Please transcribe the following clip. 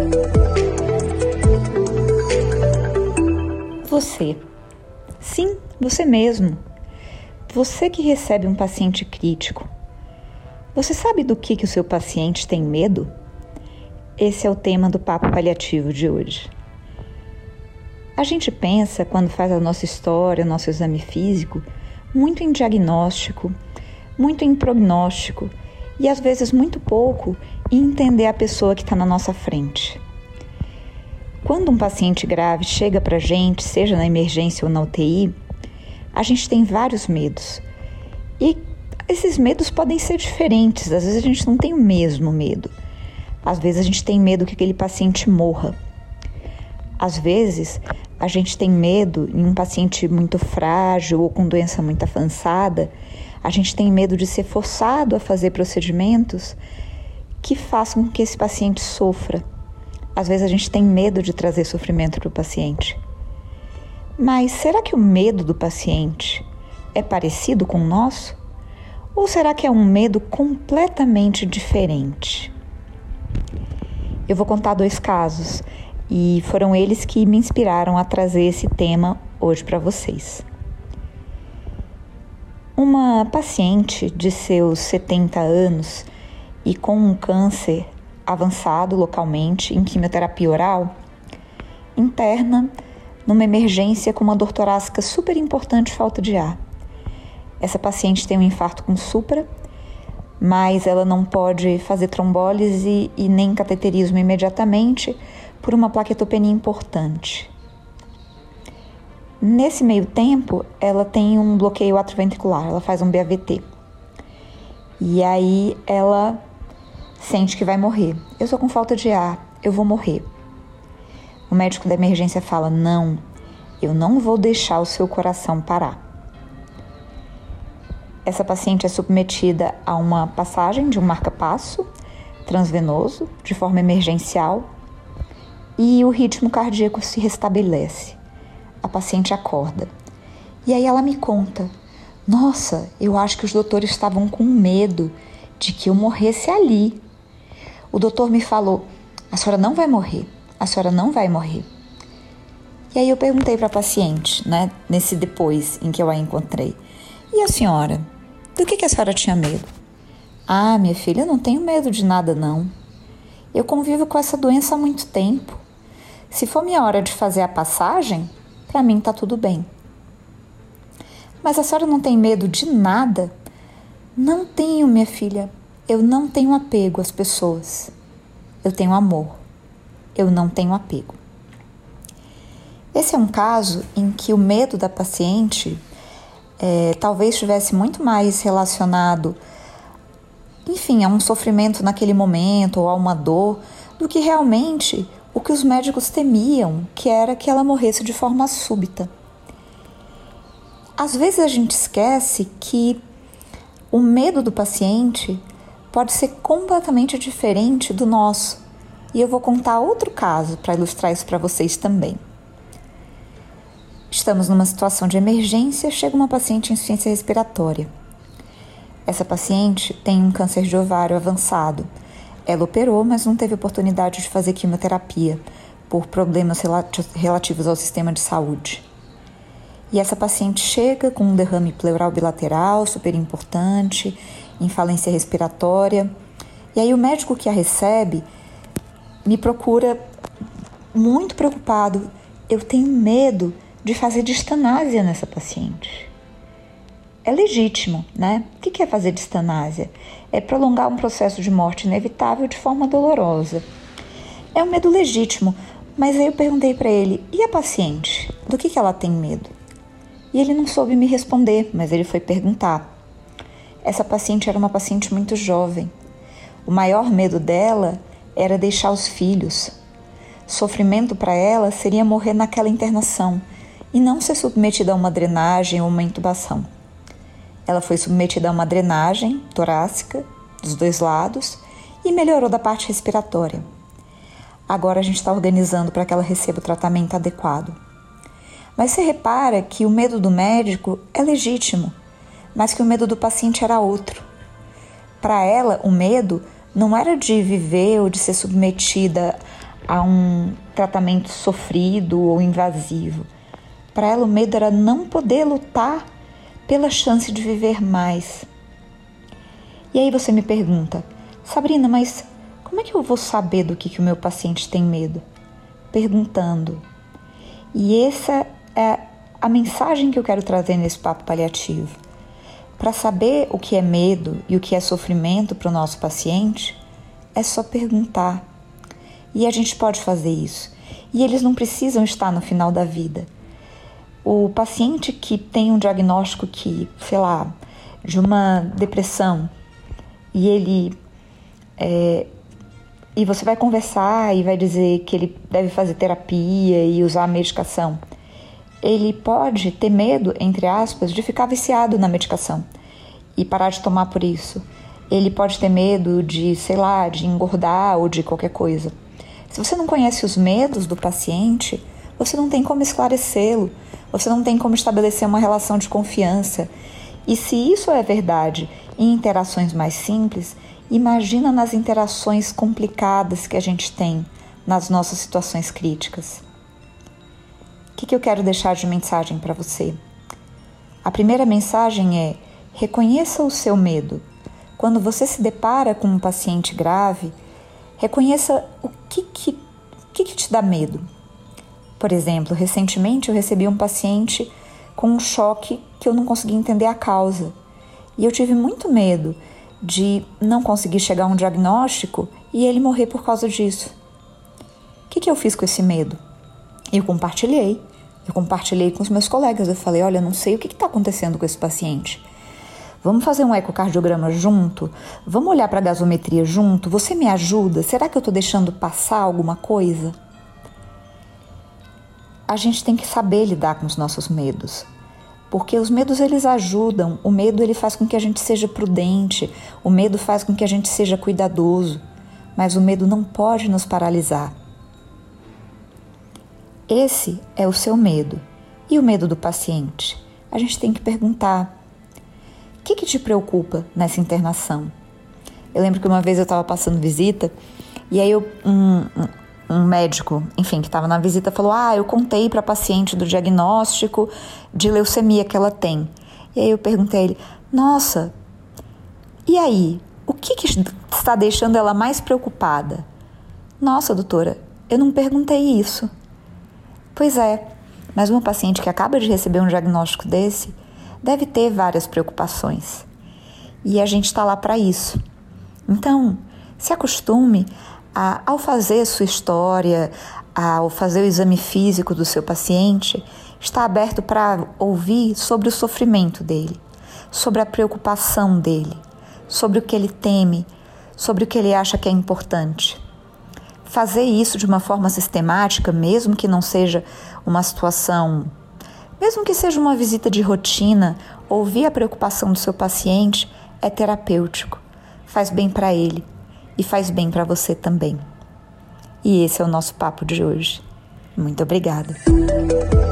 Você. Sim, você mesmo. Você que recebe um paciente crítico. Você sabe do que o seu paciente tem medo? Esse é o tema do Papo Paliativo de hoje. A gente pensa, quando faz a nossa história, o nosso exame físico, muito em diagnóstico, muito em prognóstico e às vezes muito pouco em entender a pessoa que está na nossa frente. Quando um paciente grave chega para a gente, seja na emergência ou na UTI, a gente tem vários medos. E esses medos podem ser diferentes, às vezes a gente não tem o mesmo medo. Às vezes a gente tem medo que aquele paciente morra. Às vezes a gente tem medo em um paciente muito frágil ou com doença muito avançada, a gente tem medo de ser forçado a fazer procedimentos que façam com que esse paciente sofra. Às vezes a gente tem medo de trazer sofrimento para o paciente. Mas será que o medo do paciente é parecido com o nosso? Ou será que é um medo completamente diferente? Eu vou contar 2 casos e foram eles que me inspiraram a trazer esse tema hoje para vocês. Uma paciente de seus 70 anos e com um câncer avançado localmente em quimioterapia oral, interna numa emergência com uma dor torácica super importante e falta de ar. Essa paciente tem um infarto com supra, mas ela não pode fazer trombólise e nem cateterismo imediatamente por uma plaquetopenia importante. Nesse meio tempo, ela tem um bloqueio atrioventricular, ela faz um BAVT. E aí ela sente que vai morrer. Eu estou com falta de ar, eu vou morrer. O médico da emergência fala: não, eu não vou deixar o seu coração parar. Essa paciente é submetida a uma passagem de um marca-passo transvenoso, de forma emergencial, e o ritmo cardíaco se restabelece. A paciente acorda. E aí ela me conta: nossa, eu acho que os doutores estavam com medo de que eu morresse ali. O doutor me falou: a senhora não vai morrer, a senhora não vai morrer. E aí eu perguntei para a paciente, nesse depois em que eu a encontrei: e a senhora? Do que a senhora tinha medo? Ah, minha filha, eu não tenho medo de nada não. Eu convivo com essa doença há muito tempo. Se for minha hora de fazer a passagem, para mim tá tudo bem. Mas a senhora não tem medo de nada? Não tenho, minha filha. Eu não tenho apego às pessoas. Eu tenho amor. Eu não tenho apego. Esse é um caso em que o medo da paciente talvez estivesse muito mais relacionado, enfim, a um sofrimento naquele momento ou a uma dor, do que realmente o que os médicos temiam, que era que ela morresse de forma súbita. Às vezes a gente esquece que o medo do paciente pode ser completamente diferente do nosso. E eu vou contar outro caso para ilustrar isso para vocês também. Estamos numa situação de emergência, chega uma paciente em insuficiência respiratória. Essa paciente tem um câncer de ovário avançado. Ela operou, mas não teve oportunidade de fazer quimioterapia por problemas relativos ao sistema de saúde. E essa paciente chega com um derrame pleural bilateral super importante, em falência respiratória. E aí o médico que a recebe me procura muito preocupado. Eu tenho medo de fazer distanásia nessa paciente. É legítimo, O que é fazer distanásia? É prolongar um processo de morte inevitável de forma dolorosa. É um medo legítimo, mas aí eu perguntei para ele: e a paciente? Do que ela tem medo? E ele não soube me responder, mas ele foi perguntar. Essa paciente era uma paciente muito jovem. O maior medo dela era deixar os filhos. Sofrimento para ela seria morrer naquela internação e não ser submetida a uma drenagem ou uma intubação. Ela foi submetida a uma drenagem torácica dos 2 lados e melhorou da parte respiratória. Agora a gente está organizando para que ela receba o tratamento adequado. Mas você repara que o medo do médico é legítimo, mas que o medo do paciente era outro. Para ela, o medo não era de viver ou de ser submetida a um tratamento sofrido ou invasivo. Para ela, o medo era não poder lutar pela chance de viver mais. E aí você me pergunta, Sabrina, mas como é que eu vou saber do que o meu paciente tem medo? Perguntando. E essa é a mensagem que eu quero trazer nesse papo paliativo. Para saber o que é medo e o que é sofrimento para o nosso paciente, é só perguntar. E a gente pode fazer isso. E eles não precisam estar no final da vida. O paciente que tem um diagnóstico de uma depressão, e você vai conversar e vai dizer que ele deve fazer terapia e usar a medicação. Ele pode ter medo, entre aspas, de ficar viciado na medicação e parar de tomar por isso. Ele pode ter medo de engordar ou de qualquer coisa. Se você não conhece os medos do paciente, você não tem como esclarecê-lo, você não tem como estabelecer uma relação de confiança. E se isso é verdade em interações mais simples, imagina nas interações complicadas que a gente tem nas nossas situações críticas. O que eu quero deixar de mensagem para você? A primeira mensagem é: reconheça o seu medo. Quando você se depara com um paciente grave, reconheça o que te dá medo. Por exemplo, recentemente eu recebi um paciente com um choque que eu não conseguia entender a causa. E eu tive muito medo de não conseguir chegar a um diagnóstico e ele morrer por causa disso. O que eu fiz com esse medo? Eu compartilhei com os meus colegas. Eu falei, olha, eu não sei o que está acontecendo com esse paciente. Vamos fazer um ecocardiograma junto? Vamos olhar para a gasometria junto? Você me ajuda? Será que eu estou deixando passar alguma coisa? A gente tem que saber lidar com os nossos medos, porque os medos eles ajudam. O medo ele faz com que a gente seja prudente, o medo faz com que a gente seja cuidadoso, mas o medo não pode nos paralisar. Esse é o seu medo. E o medo do paciente? A gente tem que perguntar: o que te preocupa nessa internação? Eu lembro que uma vez eu estava passando visita e aí um médico, que estava na visita, falou: eu contei para a paciente do diagnóstico de leucemia que ela tem. E aí eu perguntei a ele: nossa, e aí? O que está deixando ela mais preocupada? Nossa, doutora, eu não perguntei isso. Pois é, mas uma paciente que acaba de receber um diagnóstico desse deve ter várias preocupações. E a gente está lá para isso. Então, se acostume ao fazer a sua história, ao fazer o exame físico do seu paciente, está aberto para ouvir sobre o sofrimento dele, sobre a preocupação dele, sobre o que ele teme, sobre o que ele acha que é importante. Fazer isso de uma forma sistemática, mesmo que não seja uma situação, mesmo que seja uma visita de rotina, ouvir a preocupação do seu paciente é terapêutico, faz bem para ele e faz bem para você também. E esse é o nosso papo de hoje. Muito obrigada.